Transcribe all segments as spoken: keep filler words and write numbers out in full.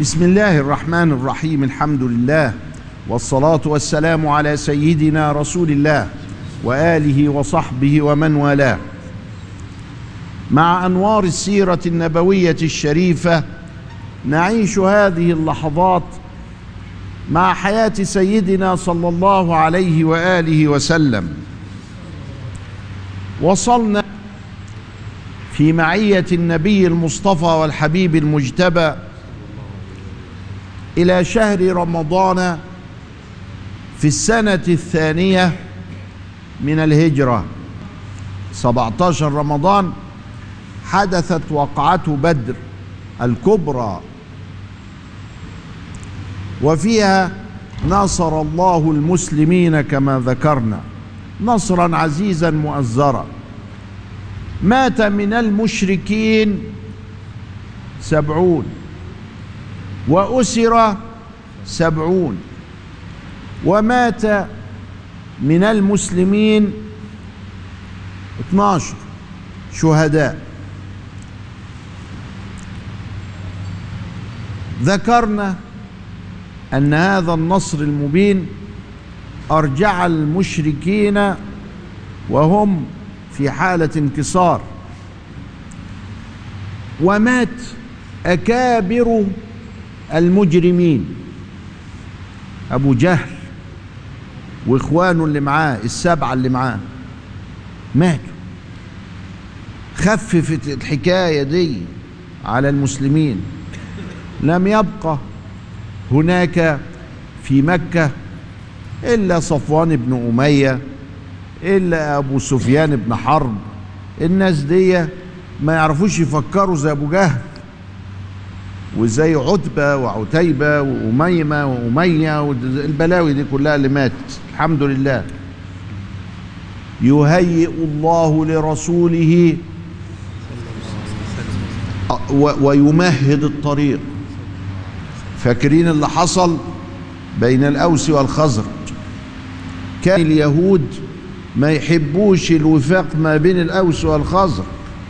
بسم الله الرحمن الرحيم. الحمد لله والصلاة والسلام على سيدنا رسول الله وآله وصحبه ومن والاه. مع أنوار السيرة النبوية الشريفة نعيش هذه اللحظات مع حياة سيدنا صلى الله عليه وآله وسلم. وصلنا في معية النبي المصطفى والحبيب المجتبى إلى شهر رمضان في السنة الثانية من الهجرة. سبعة عشر رمضان حدثت وقعة بدر الكبرى، وفيها نصر الله المسلمين كما ذكرنا نصرا عزيزا مؤزرا. مات من المشركين سبعون وأسر سبعون، ومات من المسلمين اثني عشر شهداء. ذكرنا أن هذا النصر المبين أرجع المشركين وهم في حالة انكسار، ومات أكابر المجرمين، أبو جهل وإخوانه اللي معاه السبعة اللي معاه ماتوا. خففت الحكاية دي على المسلمين. لم يبقى هناك في مكة إلا صفوان بن أمية، إلا أبو سفيان بن حرب. الناس دي ما يعرفوش يفكروا زي أبو جهل وزي عتبة وعتيبة وأميمة وأمية والبلاوي دي كلها اللي ماتت. الحمد لله يهيئ الله لرسوله ويمهد الطريق. فاكرين اللي حصل بين الأوس والخزرج؟ كان اليهود ما يحبوش الوفاق ما بين الأوس والخزرج،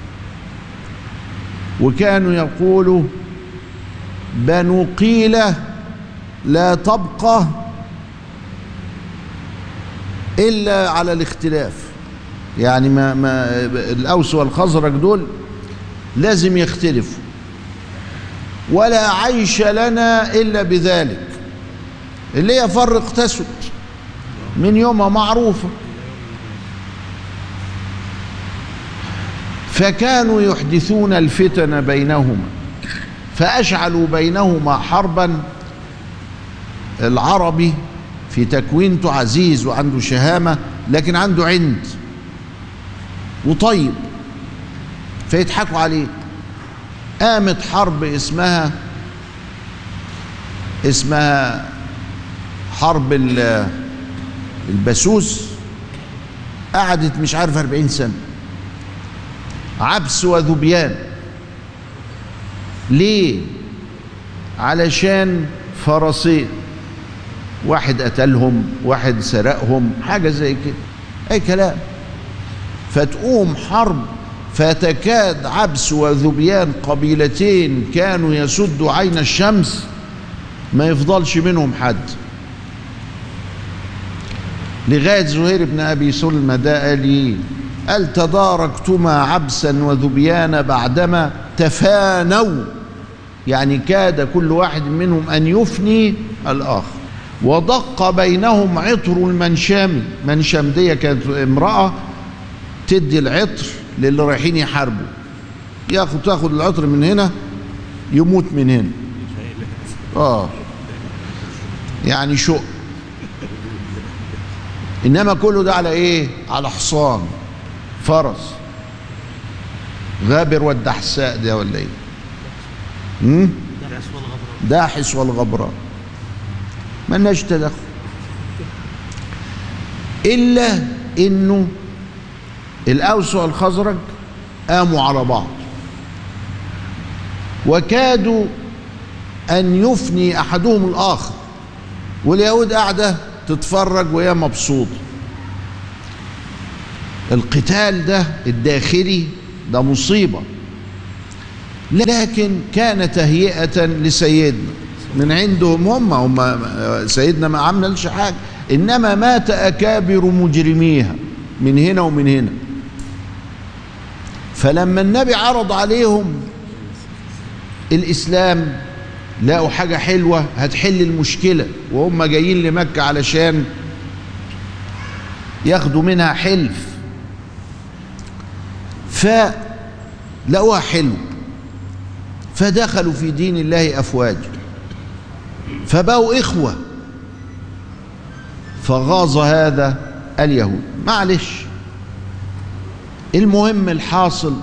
وكانوا يقولوا بنو قيلة لا تبقى إلا على الاختلاف. يعني ما, ما الأوس والخزرج دول لازم يختلفوا، ولا عيش لنا إلا بذلك. اللي هي فرق تسد من يومها معروفة. فكانوا يحدثون الفتن بينهما، فأشعلوا بينهما حربا. العربي في تكوينته عزيز وعنده شهامة، لكن عنده عند وطيب، فيضحكوا عليه. قامت حرب اسمها اسمها حرب البسوس، قعدت مش عارف أربعين سنة، عبس وذبيان. ليه؟ علشان فرسين، واحد قتلهم واحد سرقهم، حاجة زي كده، أي كلام. فتقوم حرب فتكاد عبس وذبيان قبيلتين كانوا يسدوا عين الشمس ما يفضلش منهم حد، لغاية زهير بن أبي سلمى ده قال إيه؟ قال تداركتما عبسا وذبيان بعدما تفانوا، يعني كاد كل واحد منهم أن يفني الآخر. ودق بينهم عطر المنشام. منشام دي كانت امرأة تدي العطر للي رايحين يحاربوا، ياخد تاخد العطر من هنا يموت من هنا. اه يعني شق. انما كله ده على ايه؟ على حصان فرس. غابر والدحساء ده ولا ايه؟ امم داحس والغبراء. مالناش تدخل، الا انه الأوس والخزرج قاموا على بعض، وكادوا أن يفني أحدهم الآخر، واليهود قاعدة تتفرج وهي مبسوطة. القتال ده الداخلي ده مصيبة، لكن كان تهيئة لسيدنا من عندهم هم هم سيدنا ما عملش حاجة، إنما مات أكابر مجرميها من هنا ومن هنا. فلما النبي عرض عليهم الإسلام لقوا حاجة حلوة هتحل المشكلة، وهم جايين لمكة علشان ياخدوا منها حلف، فلقوها حلو فدخلوا في دين الله أفواج، فبقوا إخوة، فغاظ هذا اليهود. معلش، المهم الحاصل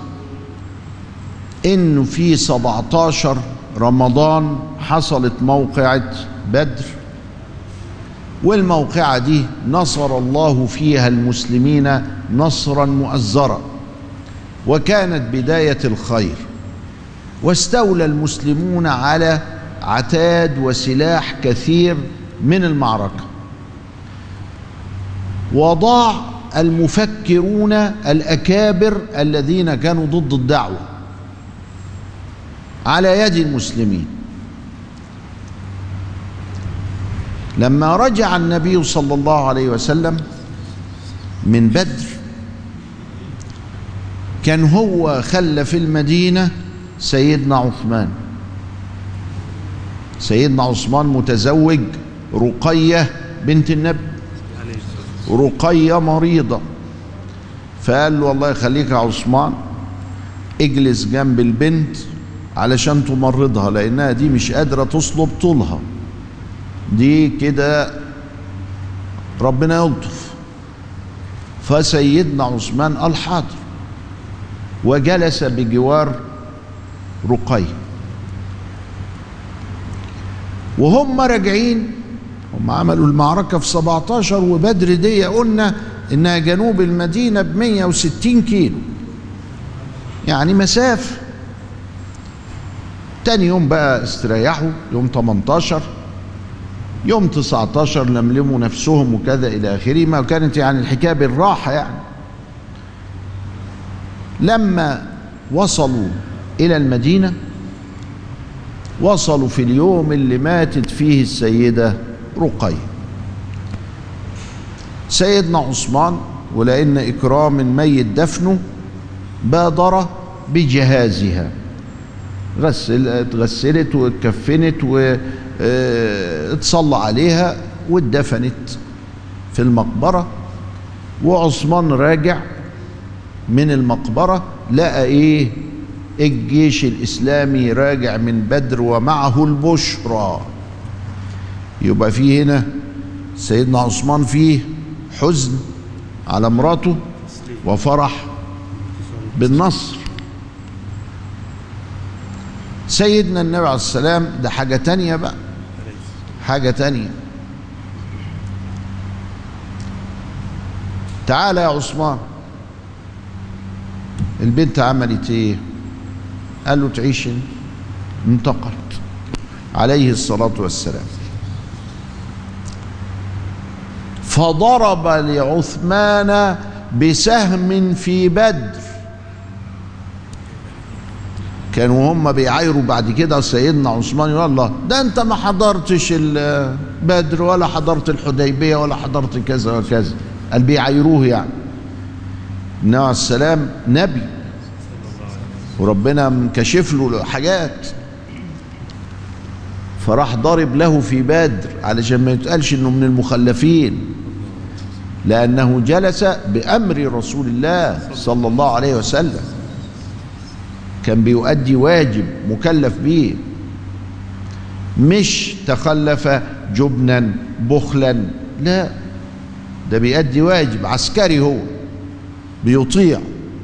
إنه في سبعتاشر رمضان حصلت موقعة بدر، والموقعة دي نصر الله فيها المسلمين نصرا مؤزرا، وكانت بداية الخير، واستولى المسلمون على عتاد وسلاح كثير من المعركة، وضاع المفكرون الأكابر الذين كانوا ضد الدعوة على يد المسلمين. لما رجع النبي صلى الله عليه وسلم من بدر كان هو خلى في المدينة سيدنا عثمان. سيدنا عثمان متزوج رقية بنت النبي، رقية مريضة، فقال له والله يخليك يا عثمان اجلس جنب البنت علشان تمرضها، لأنها دي مش قادرة تصلب طولها، دي كده ربنا يلطف. فسيدنا عثمان قال حاضر، وجلس بجوار رقية. وهم راجعين، هم عملوا المعركة في سبعتاشر، وبدر دي قلنا إنها جنوب المدينة بمية وستين كيلو، يعني مسافة. تاني يوم بقى استريحوا، يوم تمنتاشر، يوم تسعتاشر لملموا نفسهم وكذا إلى آخره، ما كانت يعني الحكاية بالراحة يعني. لما وصلوا إلى المدينة وصلوا في اليوم اللي ماتت فيه السيدة رقية. سيدنا عثمان ولأن إكرام الميت دفنه بادر بجهازها، غسل اتغسلت واتكفنت واتصلى عليها واتدفنت في المقبرة. وعثمان راجع من المقبرة لقى ايه؟ الجيش الإسلامي راجع من بدر ومعه البشرى. يبقى فيه هنا سيدنا عثمان فيه حزن على مراته وفرح بالنصر. سيدنا النبي عليه السلام ده حاجة تانية بقى، حاجة تانية. تعالى يا عثمان، البنت عملت ايه؟ قال له تعيش. انتقلت عليه الصلاة والسلام، فضرب لعثمان بسهم في بدر. كانوا هم بيعايروا بعد كده سيدنا عثمان، يقول الله ده انت ما حضرتش بدر ولا حضرت الحديبية ولا حضرت كذا وكذا، قال بيعايروه يعني. النبي عليه السلام نبي وربنا مكشف له حاجات، فراح ضارب له في بدر علشان ما يتقالش انه من المخلفين، لأنه جلس بأمر رسول الله صلى الله عليه وسلم، كان بيؤدي واجب مكلف به، مش تخلف جبنا بخلا، لا، ده بيؤدي واجب عسكري، هو بيطيع.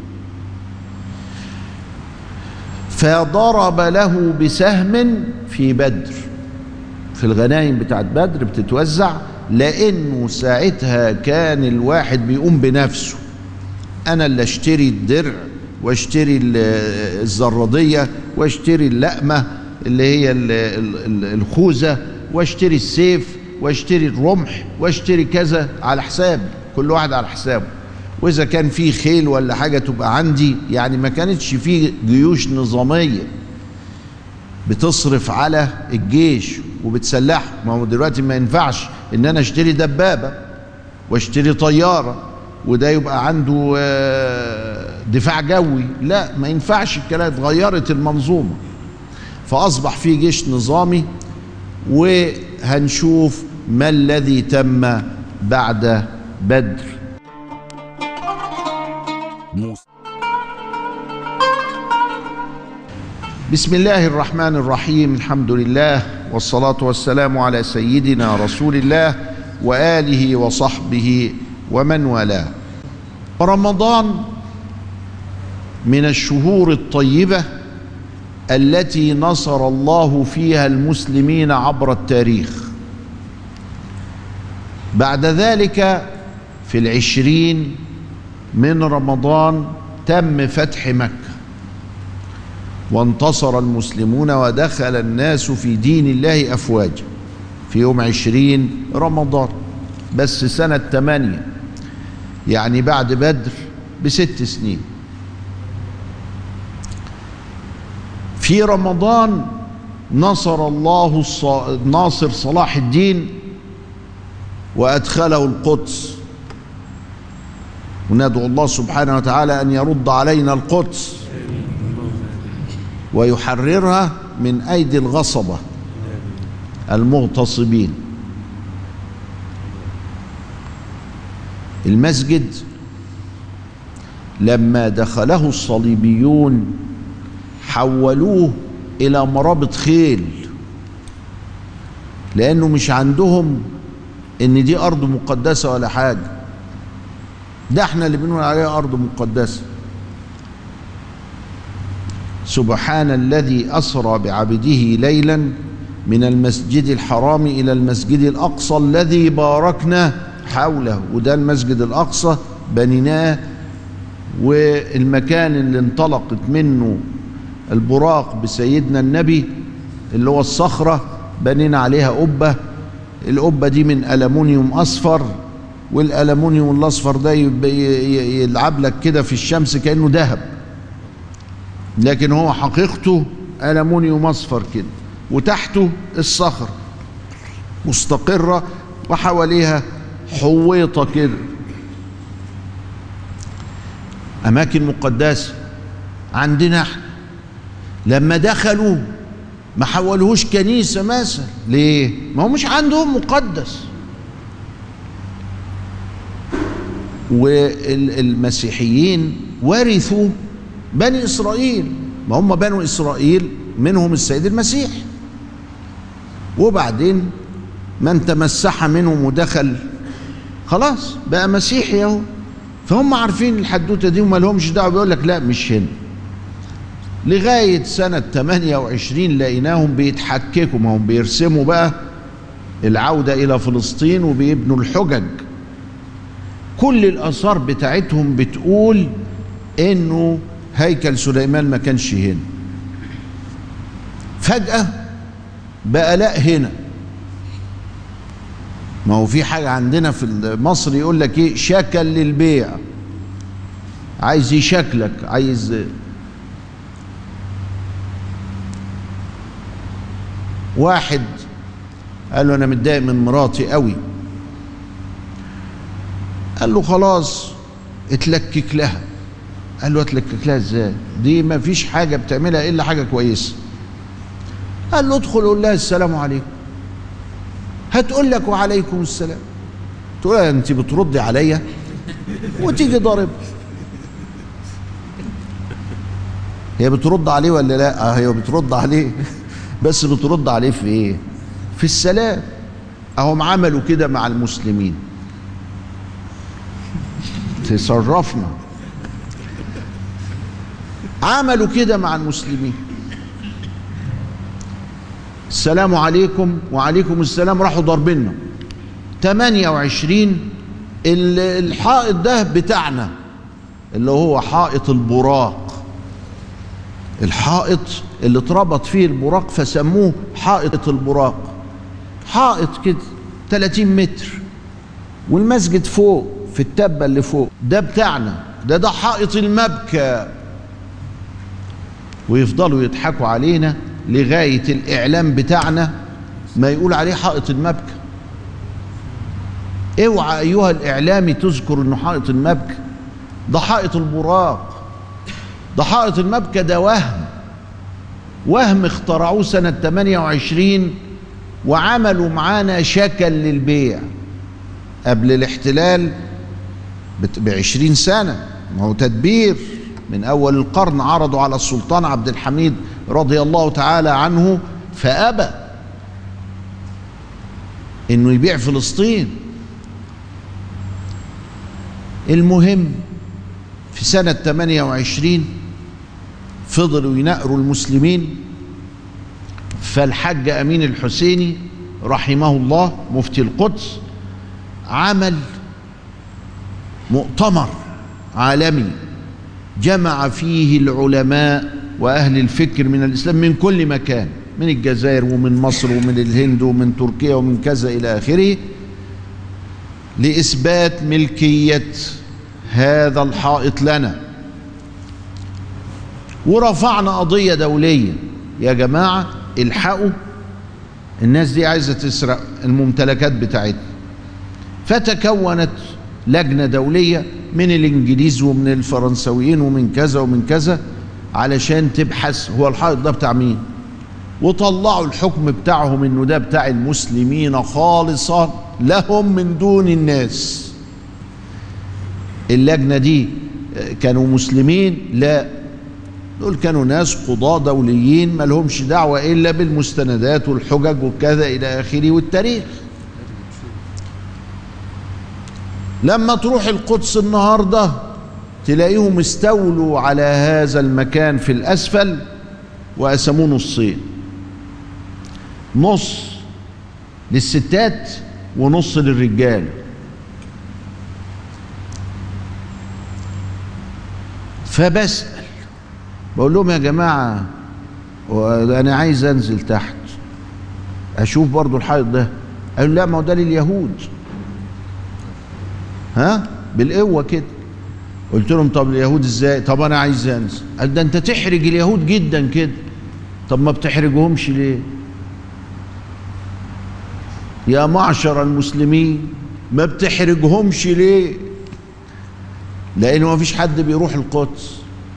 فضرب له بسهم في بدر، في الغنائم بتاعت بدر بتتوزع، لأنه ساعتها كان الواحد بيقوم بنفسه، أنا اللي اشتري الدرع واشتري الزرادية واشتري اللقمة اللي هي الخوذة واشتري السيف واشتري الرمح واشتري كذا على حساب كل واحد على حسابه. وإذا كان في خيل ولا حاجة تبقى عندي، يعني ما كانتش في جيوش نظامية بتصرف على الجيش وبتسلحه. ما هو دلوقتي ما ينفعش ان انا اشتري دبابة واشتري طيارة وده يبقى عنده دفاع جوي، لا ما ينفعش الكلام. اتغيرت المنظومة فأصبح في جيش نظامي، وهنشوف ما الذي تم بعد بدر. بسم الله الرحمن الرحيم، الحمد لله والصلاة والسلام على سيدنا رسول الله وآله وصحبه ومن والاه. رمضان من الشهور الطيبة التي نصر الله فيها المسلمين عبر التاريخ. بعد ذلك في العشرين من رمضان تم فتح مكة وانتصر المسلمون ودخل الناس في دين الله أفواجا في يوم عشرين رمضان، بس سنة ثمانية، يعني بعد بدر بست سنين. في رمضان نصر الله الناصر صلاح الدين وأدخله القدس، وندعو الله سبحانه وتعالى أن يرد علينا القدس ويحررها من أيدي الغصبة المغتصبين. المسجد لما دخله الصليبيون حولوه إلى مرابط خيل، لأنه مش عندهم إن دي أرض مقدسة ولا حاجة، ده احنا اللي بنقول عليها أرض مقدسة. سبحان الذي أسرى بعبده ليلا من المسجد الحرام إلى المسجد الأقصى الذي باركنا حوله. وده المسجد الأقصى بنيناه، والمكان اللي انطلقت منه البراق بسيدنا النبي اللي هو الصخرة بنينا عليها قبة. القبة دي من ألمونيوم أصفر، والألمونيوم الأصفر ده يلعب لك كده في الشمس كأنه ذهب، لكن هو حقيقته ألمونيوم أصفر كده، وتحته الصخرة مستقرة وحواليها حويطة كده. أماكن مقدسة عندنا احنا. لما دخلوا ما حولوهوش كنيسة مثلا، ليه؟ ما هو مش عندهم مقدس. والمسيحيين ورثوا بني إسرائيل، ما هم بنو إسرائيل منهم السيد المسيح، وبعدين من تمسح منهم ودخل خلاص بقى مسيحي اهو. فهم عارفين الحدوته دي وما لهمش دعوه، بيقول لك لا مش هنا. لغايه سنه ثمانية وعشرين لقيناهم بيتحككوا، ما هم بيرسموا بقى العوده الى فلسطين وبيبنوا الحجج. كل الاثار بتاعتهم بتقول انه هيكل سليمان ما كانش هنا. فجاه بقى لا هنا. ما هو في حاجة عندنا في مصر يقول لك ايه، شكل للبيع، عايز يشكلك، عايز. واحد قال له انا متضايق من مراتي قوي، قال له خلاص اتلكك لها. قال له اتلكك لها ازاي؟ دي ما فيش حاجة بتعملها الا حاجة كويسة. قال له ادخل قول لها السلام عليكم. هتقول لك وعليكم السلام. تقول لها انت بتردي عليا وتيجي ضارب. هي بترد عليه ولا لا؟ اه هي بترد عليه، بس بترد عليه في ايه؟ في السلام. اهم عملوا كده مع المسلمين. تصرفنا عملوا كده مع المسلمين. السلام عليكم وعليكم السلام، راحوا ضاربيننا. ثمانية وعشرين الحائط ده بتاعنا اللي هو حائط البراق، الحائط اللي اتربط فيه البراق فسموه حائط البراق. حائط كده ثلاثين متر، والمسجد فوق في التبة اللي فوق، ده بتاعنا، ده ده حائط المبكى. ويفضلوا يضحكوا علينا لغاية الإعلام بتاعنا ما يقول عليه حائط المبكى. اوعى ايها الاعلامي تذكر انه حائط المبكى، ده حائط البراق. ده حائط المبكى ده وهم وهم اخترعوه سنة ثمانية وعشرين وعملوا معانا شكل للبيع قبل الاحتلال بعشرين سنة. ما هو تدبير من أول القرن، عرضوا على السلطان عبد الحميد رضي الله تعالى عنه فأبى إنه يبيع فلسطين. المهم في سنة ثمانية وعشرين فضلوا ينقروا المسلمين، فالحاج أمين الحسيني رحمه الله مفتي القدس عمل مؤتمر عالمي جمع فيه العلماء وأهل الفكر من الإسلام من كل مكان، من الجزائر ومن مصر ومن الهند ومن تركيا ومن كذا إلى آخره، لإثبات ملكية هذا الحائط لنا. ورفعنا قضية دولية، يا جماعة الحقوا الناس دي عايزة تسرق الممتلكات بتاعتنا. فتكونت لجنة دولية من الإنجليز ومن الفرنسويين ومن كذا ومن كذا علشان تبحث هو الحائط ده بتاع مين، وطلعوا الحكم بتاعهم إنه ده بتاع المسلمين خالصا لهم من دون الناس. اللجنة دي كانوا مسلمين؟ لا، دول كانوا ناس قضاة دوليين ما لهمش دعوة إلا بالمستندات والحجج وكذا إلى آخره والتاريخ. لما تروح القدس النهاردة تلاقيهم استولوا على هذا المكان في الأسفل وقسموه نصين، نص للستات ونص للرجال. فبسأل بقول لهم يا جماعة أنا عايز أنزل تحت أشوف برضو الحائط ده. قالوا لا، ما هو ده لليهود. ها بالقوة كده. قلت لهم طب اليهود ازاي؟ طب أنا عايز أنزل. قال ده أنت تحرج اليهود جدا كده. طب ما بتحرجهمش ليه؟ يا معشر المسلمين ما بتحرجهمش ليه؟ لأنه ما فيش حد بيروح القدس،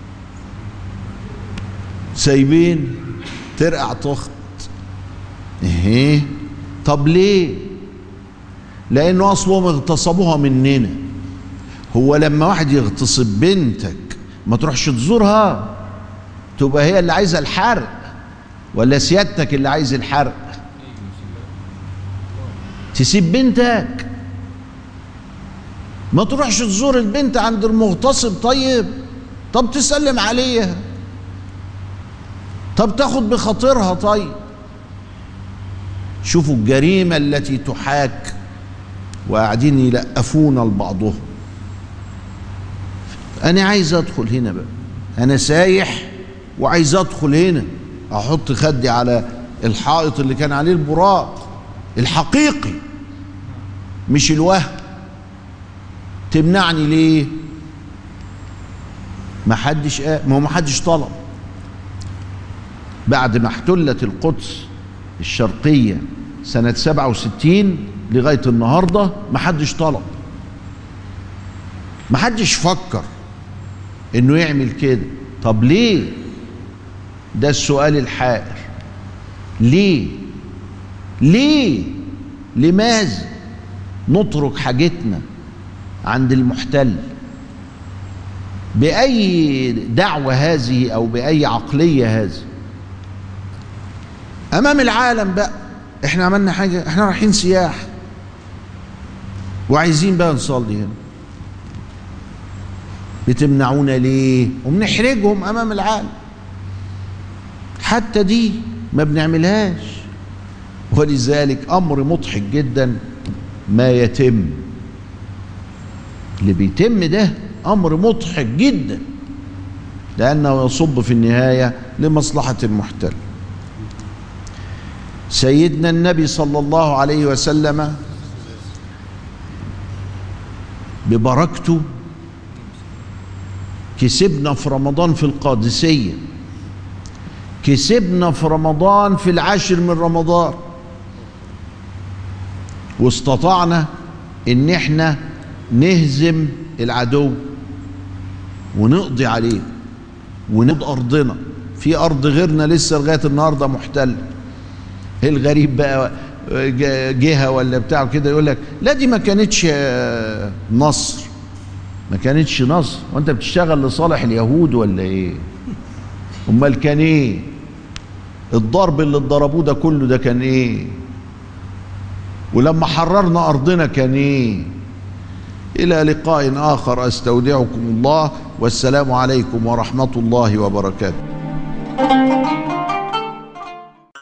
سايبين ترقع تخت. ايه طب ليه؟ لأنه أصلهم اغتصبوها مننا. هو لما واحد يغتصب بنتك ما تروحش تزورها؟ تبقى هي اللي عايزة الحرق ولا سيادتك اللي عايز الحرق؟ تسيب بنتك؟ ما تروحش تزور البنت عند المغتصب؟ طيب طب تسلم عليها، طب تاخد بخاطرها. طيب شوفوا الجريمة التي تحاك وقاعدين يلقفونا لبعضهم. أنا عايز أدخل هنا بقى، أنا سايح وعايز أدخل هنا، أحط خدي على الحائط اللي كان عليه البراق الحقيقي مش الوهم. تمنعني ليه؟ ما حدش آه ما هو ما حدش طلب. بعد ما احتلت القدس الشرقية سنة سبعة وستين لغاية النهاردة ما حدش طلب، ما حدش فكر انه يعمل كده. طب ليه؟ ده السؤال الحائر. ليه؟ ليه؟ لماذا نترك حاجتنا عند المحتل؟ بأي دعوة هذه أو بأي عقلية هذه؟ أمام العالم بقى إحنا عملنا حاجة؟ إحنا رايحين سياح وعايزين بقى نصلي هنا، بتمنعونا ليه؟ وبنحرجهم أمام العالم. حتى دي ما بنعملهاش. ولذلك أمر مضحك جدا ما يتم، اللي بيتم ده أمر مضحك جدا، لأنه يصب في النهاية لمصلحة المحتل. سيدنا النبي صلى الله عليه وسلم ببركته كسبنا في رمضان في القادسية، كسبنا في رمضان في العاشر من رمضان، واستطعنا ان احنا نهزم العدو ونقضي عليه وناخد ارضنا. في ارض غيرنا لسه لغايه النهارده محتله. الغريب بقى جهه ولا بتاع كده يقول لك لا دي ما كانتش نصر، ما كانتش نصر. وانت بتشتغل لصالح اليهود ولا ايه؟ امال كان ايه؟ الضرب اللي اتضربوه ده كله ده كان ايه؟ ولما حررنا ارضنا كان ايه؟ الى لقاء اخر، استودعكم الله والسلام عليكم ورحمه الله وبركاته.